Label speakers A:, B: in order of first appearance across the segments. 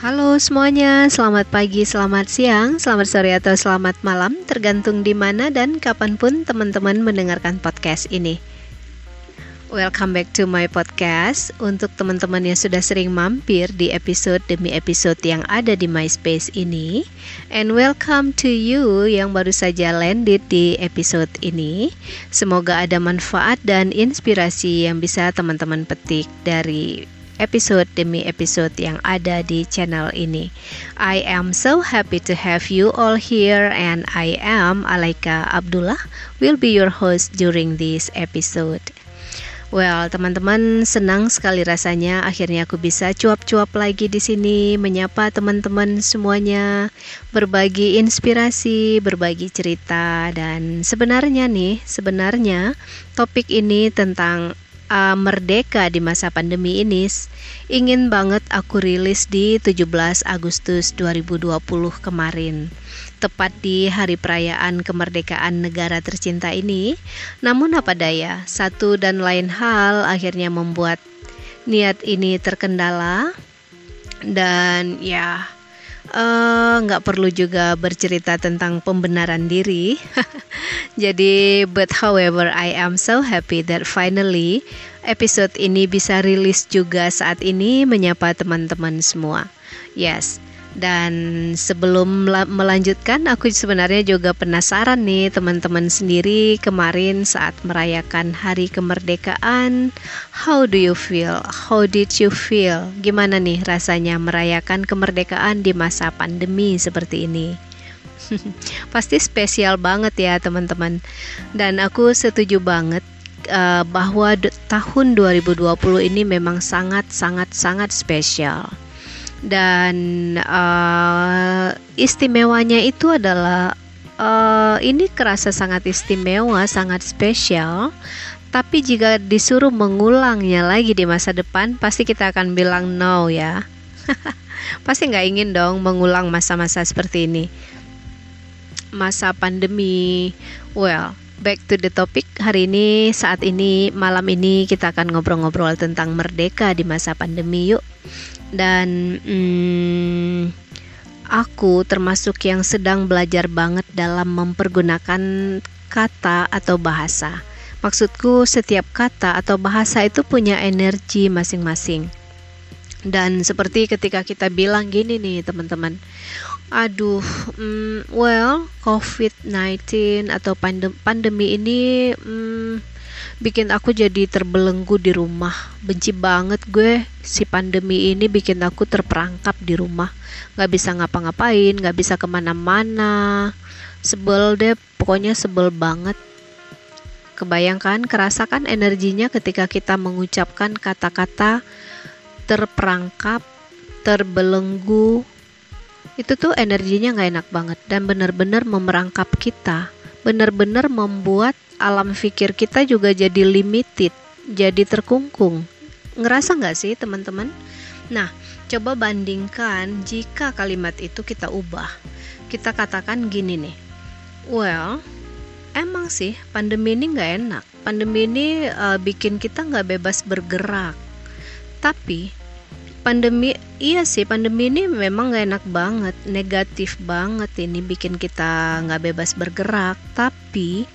A: Halo semuanya, selamat pagi, selamat siang, selamat sore atau selamat malam, tergantung di mana dan kapanpun teman-teman mendengarkan podcast ini. Welcome back to my podcast. Untuk teman-teman yang sudah sering mampir di episode demi episode yang ada di MySpace ini, and welcome to you yang baru saja landed di episode ini. Semoga ada manfaat dan inspirasi yang bisa teman-teman petik dari episode demi episode yang ada di channel ini. I am so happy to have you all here, and I am Alaika Abdullah will be your host during this episode. Well, teman-teman, senang sekali rasanya akhirnya aku bisa cuap-cuap lagi di sini, menyapa teman-teman semuanya, berbagi inspirasi, berbagi cerita, dan sebenarnya topik ini tentang merdeka di masa pandemi ini ingin banget aku rilis di 17 Agustus 2020 kemarin, tepat di hari perayaan kemerdekaan negara tercinta ini. Namun apa daya, satu dan lain hal akhirnya membuat niat ini terkendala. Dan ya, nggak perlu juga bercerita tentang pembenaran diri. Jadi, but however, I am so happy that finally episode ini bisa rilis juga saat ini, menyapa teman-teman semua. Yes. Dan sebelum melanjutkan, aku sebenarnya juga penasaran nih teman-teman sendiri kemarin saat merayakan hari kemerdekaan. How do you feel? How did you feel? Gimana nih rasanya merayakan kemerdekaan di masa pandemi seperti ini? Pasti spesial banget ya teman-teman. Dan aku setuju banget bahwa tahun 2020 ini memang sangat spesial. Dan istimewanya itu adalah ini kerasa sangat istimewa, sangat spesial. Tapi jika disuruh mengulangnya lagi di masa depan, pasti kita akan bilang no ya. Pasti nggak ingin dong mengulang masa-masa seperti ini, masa pandemi. Well, back to the topic. Hari ini, saat ini, malam ini kita akan ngobrol-ngobrol tentang merdeka di masa pandemi yuk. Dan aku termasuk yang sedang belajar banget dalam mempergunakan kata atau bahasa. Maksudku, setiap kata atau bahasa itu punya energi masing-masing. Dan seperti ketika kita bilang gini nih teman-teman, aduh, COVID-19 atau pandemi ini bikin aku jadi terbelenggu di rumah. Benci banget gue, si pandemi ini bikin aku terperangkap di rumah, gak bisa ngapa-ngapain, gak bisa kemana-mana. Sebel deh, pokoknya sebel banget. Kebayangkan, kerasakan energinya ketika kita mengucapkan kata-kata terperangkap, terbelenggu. Itu tuh energinya gak enak banget dan benar-benar memerangkap kita, benar-benar membuat alam pikir kita juga jadi limited, jadi terkungkung. Ngerasa gak sih teman-teman? Nah, coba bandingkan jika kalimat itu kita ubah. Kita katakan gini nih, well, emang sih pandemi ini gak enak. Pandemi ini bikin kita gak bebas bergerak. Tapi pandemi ini memang gak enak banget, negatif banget, ini bikin kita gak bebas bergerak. Tapi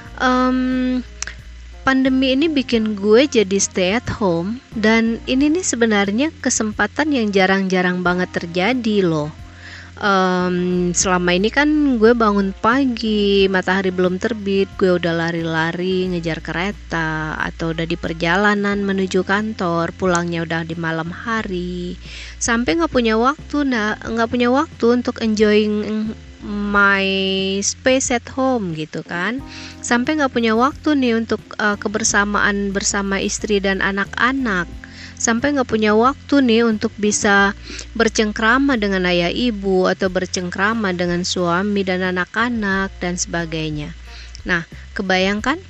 A: pandemi ini bikin gue jadi stay at home, dan ini nih sebenarnya kesempatan yang jarang-jarang banget terjadi loh. Selama ini kan gue bangun pagi, matahari belum terbit, gue udah lari-lari ngejar kereta, atau udah di perjalanan menuju kantor, pulangnya udah di malam hari, sampai nggak punya waktu untuk enjoying my space at home gitu kan, sampai nggak punya waktu nih untuk kebersamaan bersama istri dan anak-anak, sampai nggak punya waktu nih untuk bisa bercengkrama dengan ayah ibu atau bercengkrama dengan suami dan anak-anak dan sebagainya. Nah, kebayangkan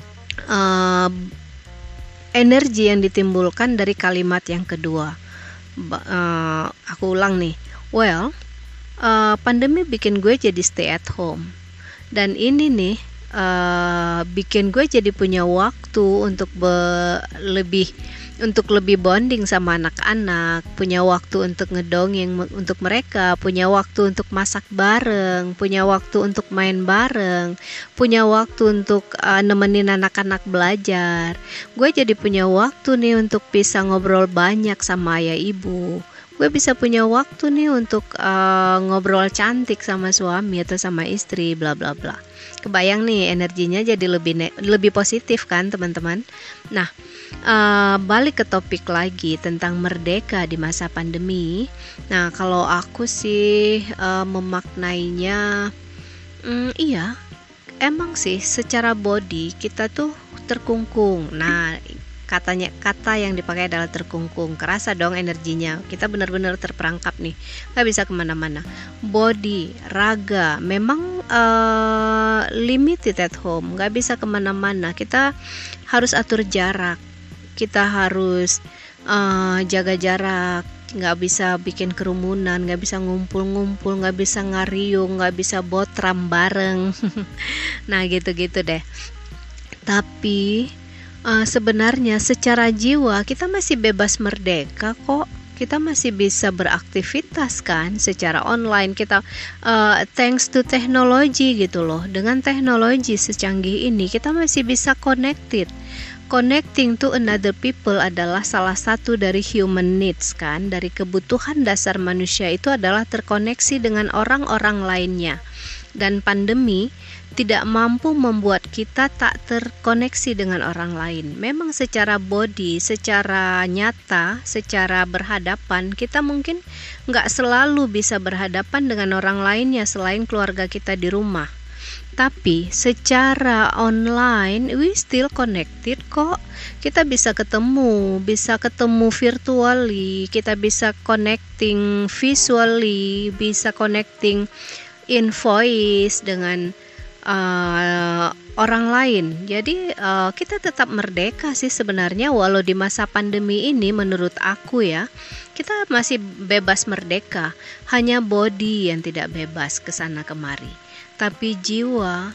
A: energi yang ditimbulkan dari kalimat yang kedua. Aku ulang nih, well, pandemi bikin gue jadi stay at home, dan ini nih bikin gue jadi punya waktu untuk lebih bonding sama anak-anak, punya waktu untuk ngedongeng untuk mereka, punya waktu untuk masak bareng, punya waktu untuk main bareng, punya waktu untuk nemenin anak-anak belajar. Gue jadi punya waktu nih untuk bisa ngobrol banyak sama ayah ibu. Gue bisa punya waktu nih untuk ngobrol cantik sama suami atau sama istri, bla bla bla. Kebayang nih energinya jadi lebih positif kan teman-teman. Nah, balik ke topik lagi tentang merdeka di masa pandemi. Nah, kalau aku sih memaknainya, iya, emang sih secara body kita tuh terkungkung. Nah, kata yang dipakai adalah terkungkung. Kerasa dong energinya. Kita benar-benar terperangkap nih, nggak bisa kemana-mana. Body, raga, memang limited at home, nggak bisa kemana-mana. Kita harus atur jarak. Kita harus jaga jarak. Nggak bisa bikin kerumunan, nggak bisa ngumpul-ngumpul, nggak bisa ngariung, nggak bisa botram bareng. Nah gitu-gitu deh. Tapi sebenarnya secara jiwa kita masih bebas merdeka kok. Kita masih bisa beraktivitas kan secara online. Kita thanks to teknologi gitu loh. Dengan teknologi secanggih ini kita masih bisa connected. Connecting to another people adalah salah satu dari human needs kan. Dari kebutuhan dasar manusia itu adalah terkoneksi dengan orang-orang lainnya. Dan pandemi tidak mampu membuat kita tak terkoneksi dengan orang lain. Memang secara body, secara nyata, secara berhadapan, kita mungkin nggak selalu bisa berhadapan dengan orang lainnya selain keluarga kita di rumah. Tapi secara online, we still connected kok. Kita bisa ketemu virtually, kita bisa connecting visually, bisa connecting in voice dengan orang lain. Jadi kita tetap merdeka sih sebenarnya, walau di masa pandemi ini menurut aku ya, kita masih bebas merdeka. Hanya body yang tidak bebas kesana kemari. Tapi jiwa,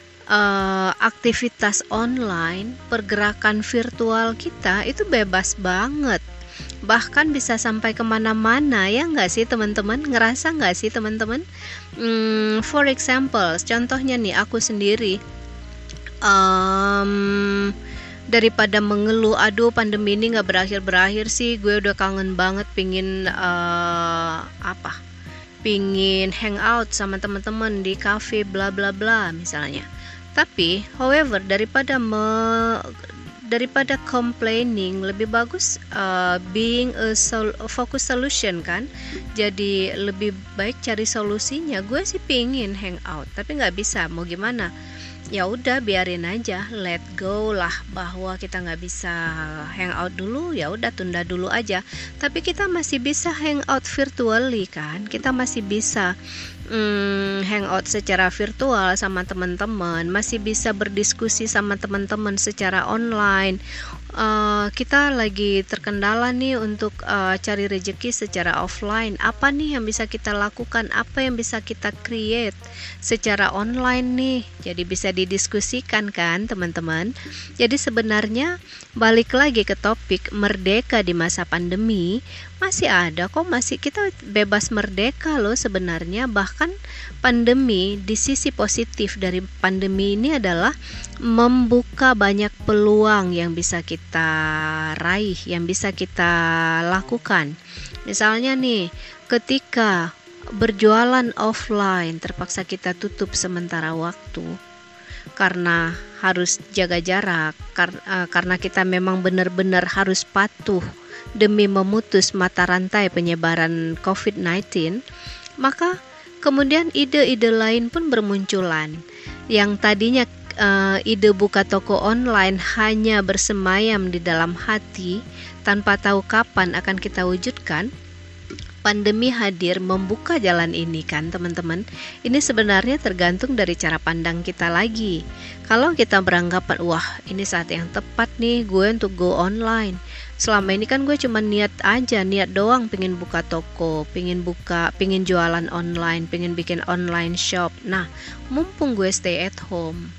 A: aktivitas online, pergerakan virtual kita itu bebas banget. Bahkan bisa sampai kemana-mana, ya nggak sih teman-teman? Ngerasa nggak sih teman-teman? For example, contohnya nih aku sendiri, daripada mengeluh, aduh pandemi ini nggak berakhir-berakhir sih, gue udah kangen banget, pingin pingin hangout sama teman-teman di cafe bla bla bla misalnya. Tapi however, daripada complaining, lebih bagus being a focus solution kan. Jadi lebih baik cari solusinya. Gue sih pingin hangout tapi nggak bisa, mau gimana, ya udah biarin aja, let go lah, bahwa kita nggak bisa hangout dulu, ya udah tunda dulu aja. Tapi kita masih bisa hangout virtually kan, kita masih bisa hangout secara virtual sama teman-teman, masih bisa berdiskusi sama teman-teman secara online. Kita lagi terkendala nih untuk cari rezeki secara offline. Apa nih yang bisa kita lakukan? Apa yang bisa kita create secara online nih? Jadi bisa didiskusikan kan teman-teman. Jadi sebenarnya balik lagi ke topik merdeka di masa pandemi, masih ada kok, masih kita bebas merdeka loh sebenarnya. Bahkan pandemi, di sisi positif dari pandemi ini adalah membuka banyak peluang yang bisa kita raih, yang bisa kita lakukan. Misalnya nih, ketika berjualan offline terpaksa kita tutup sementara waktu karena harus jaga jarak, karena kita memang benar-benar harus patuh demi memutus mata rantai penyebaran COVID-19, maka kemudian ide-ide lain pun bermunculan. Yang tadinya ide buka toko online hanya bersemayam di dalam hati tanpa tahu kapan akan kita wujudkan, pandemi hadir membuka jalan ini kan teman-teman. Ini sebenarnya tergantung dari cara pandang kita lagi. Kalau kita beranggapan, wah ini saat yang tepat nih gue untuk go online. Selama ini kan gue cuma niat doang, pengen buka toko, pengen jualan online, pengen bikin online shop. Nah, mumpung gue stay at home,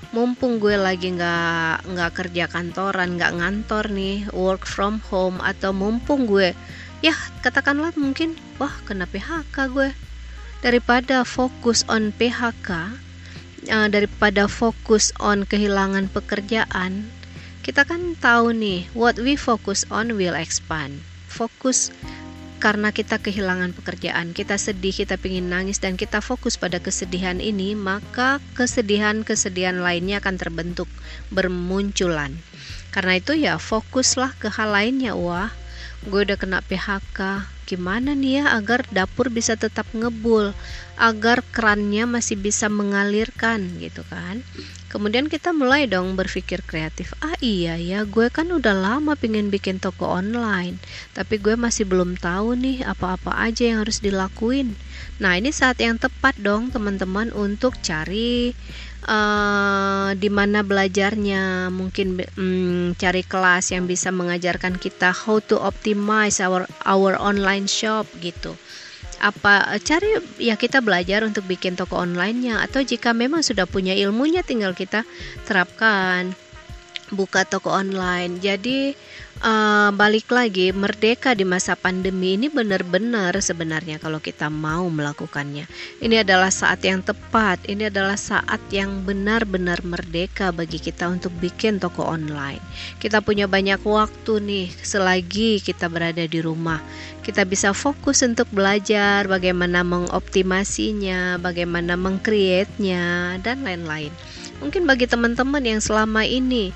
A: mumpung gue lagi nggak kerja kantoran, nggak ngantor nih, work from home, atau mumpung gue ya katakanlah mungkin kena PHK gue, daripada fokus on PHK, daripada fokus on kehilangan pekerjaan, kita kan tahu nih, what we focus on will expand. Fokus karena kita kehilangan pekerjaan, kita sedih, kita pingin nangis, dan kita fokus pada kesedihan ini, maka kesedihan-kesedihan lainnya akan terbentuk, bermunculan. Karena itu ya fokuslah ke hal lainnya. Wah, gue udah kena PHK, gimana nih ya agar dapur bisa tetap ngebul, agar kerannya masih bisa mengalirkan gitu kan. Kemudian kita mulai dong berpikir kreatif. Iya ya, gue kan udah lama pengen bikin toko online, tapi gue masih belum tahu nih apa-apa aja yang harus dilakuin. Nah, ini saat yang tepat dong teman-teman untuk cari di mana belajarnya. Mungkin cari kelas yang bisa mengajarkan kita how to optimize our online shop gitu. Cari ya, kita belajar untuk bikin toko online-nya, atau jika memang sudah punya ilmunya tinggal kita terapkan, buka toko online. Jadi balik lagi, merdeka di masa pandemi ini benar-benar sebenarnya kalau kita mau melakukannya, ini adalah saat yang tepat, ini adalah saat yang benar-benar merdeka bagi kita untuk bikin toko online. Kita punya banyak waktu nih selagi kita berada di rumah. Kita bisa fokus untuk belajar bagaimana mengoptimasinya, bagaimana meng-create-nya, dan lain-lain. Mungkin bagi teman-teman yang selama ini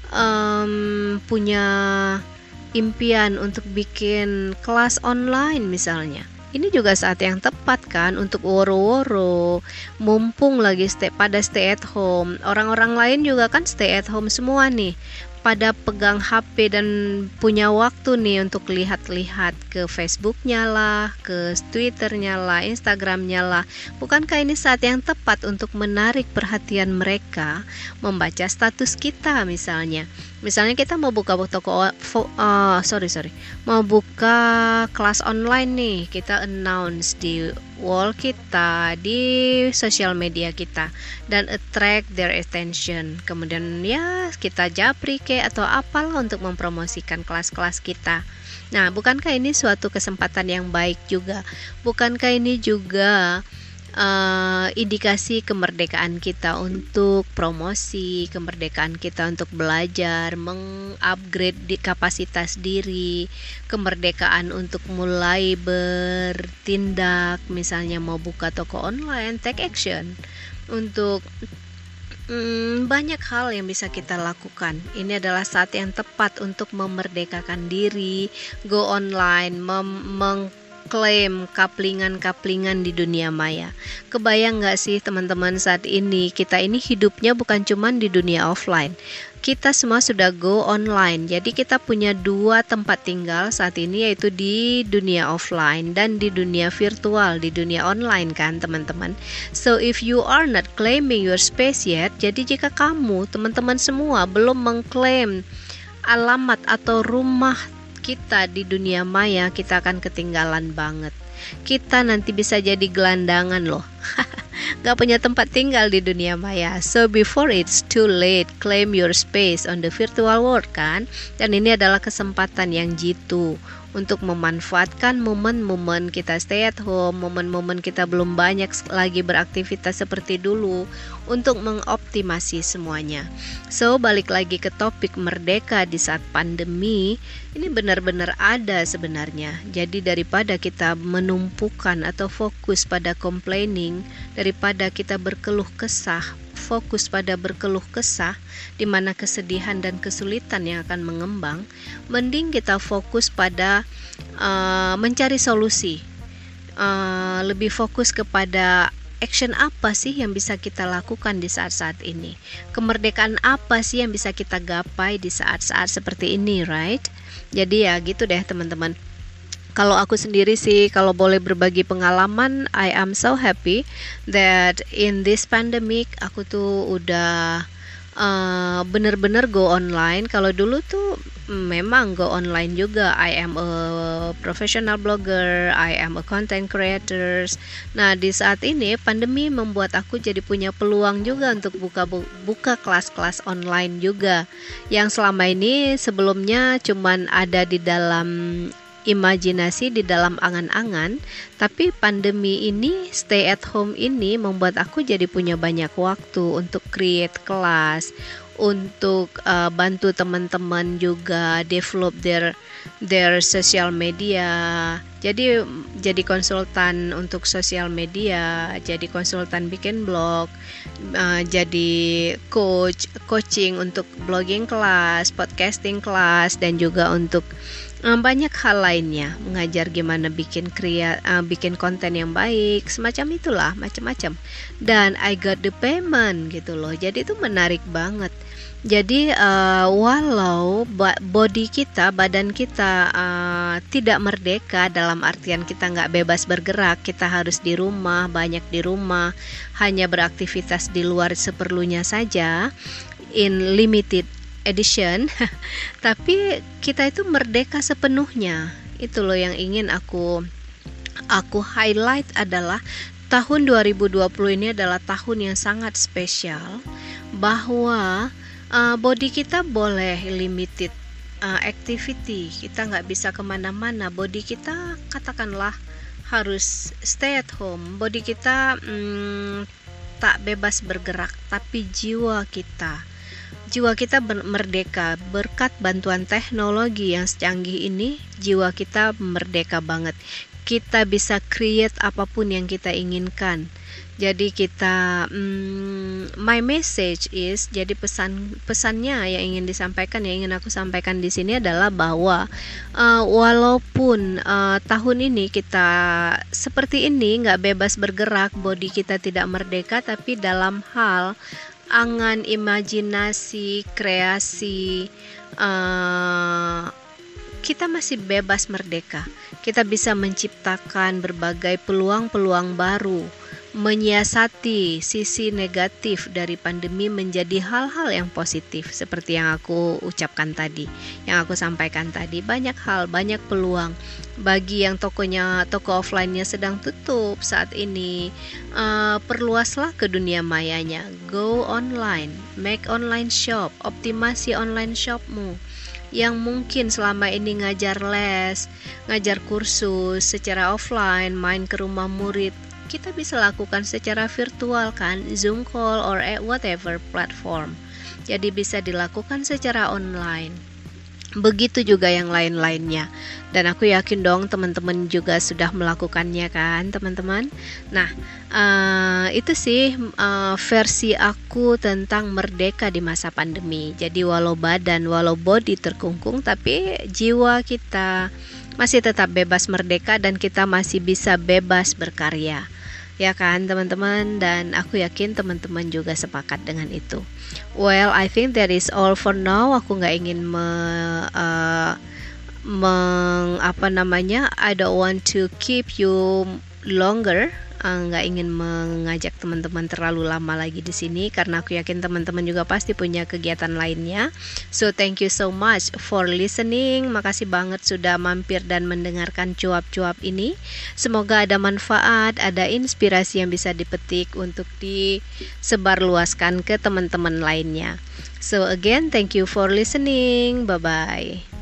A: punya impian untuk bikin kelas online misalnya, ini juga saat yang tepat kan untuk woro-woro, mumpung lagi pada stay at home. Orang-orang lain juga kan stay at home semua nih, pada pegang HP dan punya waktu nih untuk lihat-lihat ke Facebooknya lah, ke Twitternya lah, Instagramnya lah. Bukankah ini saat yang tepat untuk menarik perhatian mereka, membaca status kita misalnya. Misalnya kita mau buka mau buka kelas online nih, kita announce di wall kita, di sosial media kita, dan attract their attention. Kemudian ya kita japri atau apalah untuk mempromosikan kelas-kelas kita. Nah, bukankah ini suatu kesempatan yang baik juga? Bukankah ini juga indikasi kemerdekaan kita untuk promosi, kemerdekaan kita untuk belajar, mengupgrade kapasitas diri, kemerdekaan untuk mulai bertindak, misalnya mau buka toko online, take action untuk banyak hal yang bisa kita lakukan. Ini adalah saat yang tepat untuk memerdekakan diri, go online, mengklaim kaplingan-kaplingan di dunia maya. Kebayang gak sih teman-teman, saat ini kita ini hidupnya bukan cuma di dunia offline, kita semua sudah go online. Jadi kita punya dua tempat tinggal saat ini, yaitu di dunia offline dan di dunia virtual, di dunia online kan teman-teman. So if you are not claiming your space yet, jadi jika kamu teman-teman semua belum mengklaim alamat atau rumah kita di dunia maya, kita akan ketinggalan banget. Kita nanti bisa jadi gelandangan loh. Gak punya tempat tinggal di dunia maya. So before it's too late, claim your space on the virtual world kan. Dan ini adalah kesempatan yang jitu untuk memanfaatkan momen-momen kita stay at home, momen-momen kita belum banyak lagi beraktivitas seperti dulu, untuk mengoptimasi semuanya. So balik lagi ke topik merdeka di saat pandemi, ini benar-benar ada sebenarnya. Jadi daripada kita menumpukan atau fokus pada complaining, daripada kita berkeluh kesah, fokus pada berkeluh kesah, di mana kesedihan dan kesulitan yang akan mengembang, mending kita fokus pada mencari solusi, lebih fokus kepada action apa sih yang bisa kita lakukan di saat-saat ini, kemerdekaan apa sih yang bisa kita gapai di saat-saat seperti ini, right? Jadi ya gitu deh teman-teman. Kalau aku sendiri sih, kalau boleh berbagi pengalaman, I am so happy that in this pandemic aku tuh udah bener-bener go online. Kalau dulu tuh memang go online juga. I am a professional blogger, I am a content creators. Nah, di saat ini pandemi membuat aku jadi punya peluang juga untuk buka kelas-kelas online juga, yang selama ini sebelumnya cuman ada di dalam imajinasi, di dalam angan-angan. Tapi pandemi ini, stay at home ini membuat aku jadi punya banyak waktu untuk create kelas, untuk bantu teman-teman juga develop their social media. Jadi konsultan untuk sosial media, jadi konsultan bikin blog, jadi coaching untuk blogging kelas, podcasting kelas, dan juga untuk banyak hal lainnya, mengajar gimana bikin konten yang baik, semacam itulah, macam-macam. Dan I got the payment gitu loh. Jadi itu menarik banget. Jadi walau badan kita tidak merdeka, dalam artian kita nggak bebas bergerak, kita harus di rumah, banyak di rumah, hanya beraktivitas di luar seperlunya saja, in limited edition, tapi kita itu merdeka sepenuhnya. Itu loh yang ingin aku highlight, adalah tahun 2020 ini adalah tahun yang sangat spesial, bahwa body kita boleh limited activity, kita nggak bisa kemana-mana, body kita katakanlah harus stay at home, body kita tak bebas bergerak, tapi jiwa kita merdeka. Berkat bantuan teknologi yang secanggih ini, jiwa kita merdeka banget. Kita bisa create apapun yang kita inginkan. Jadi kita my message is, jadi pesannya yang ingin aku sampaikan di sini adalah bahwa walaupun tahun ini kita seperti ini, nggak bebas bergerak, body kita tidak merdeka, tapi dalam hal angan, imajinasi, kreasi, kita masih bebas merdeka. Kita bisa menciptakan berbagai peluang-peluang baru, menyiasati sisi negatif dari pandemi menjadi hal-hal yang positif, seperti yang aku ucapkan tadi, yang aku sampaikan tadi. Banyak hal, banyak peluang. Bagi yang toko offline-nya sedang tutup saat ini, perluaslah ke dunia mayanya. Go online, make online shop, optimasi online shopmu. Yang mungkin selama ini ngajar les, ngajar kursus secara offline, main ke rumah murid, kita bisa lakukan secara virtual kan, Zoom call or whatever platform. Jadi bisa dilakukan secara online. Begitu juga yang lain-lainnya. Dan aku yakin dong teman-teman juga sudah melakukannya kan, teman-teman. Nah, itu sih versi aku tentang merdeka di masa pandemi. Jadi walau body terkungkung, tapi jiwa kita masih tetap bebas merdeka, dan kita masih bisa bebas berkarya. Ya kan teman-teman, dan aku yakin teman-teman juga sepakat dengan itu. Well, I think that is all for now. Aku nggak ingin I don't want to keep you longer. Nggak ingin mengajak teman-teman terlalu lama lagi di sini, karena aku yakin teman-teman juga pasti punya kegiatan lainnya. So thank you so much for listening. Makasih banget sudah mampir dan mendengarkan cuap-cuap ini. Semoga ada manfaat, ada inspirasi yang bisa dipetik untuk disebarluaskan ke teman-teman lainnya. So again, thank you for listening. Bye bye.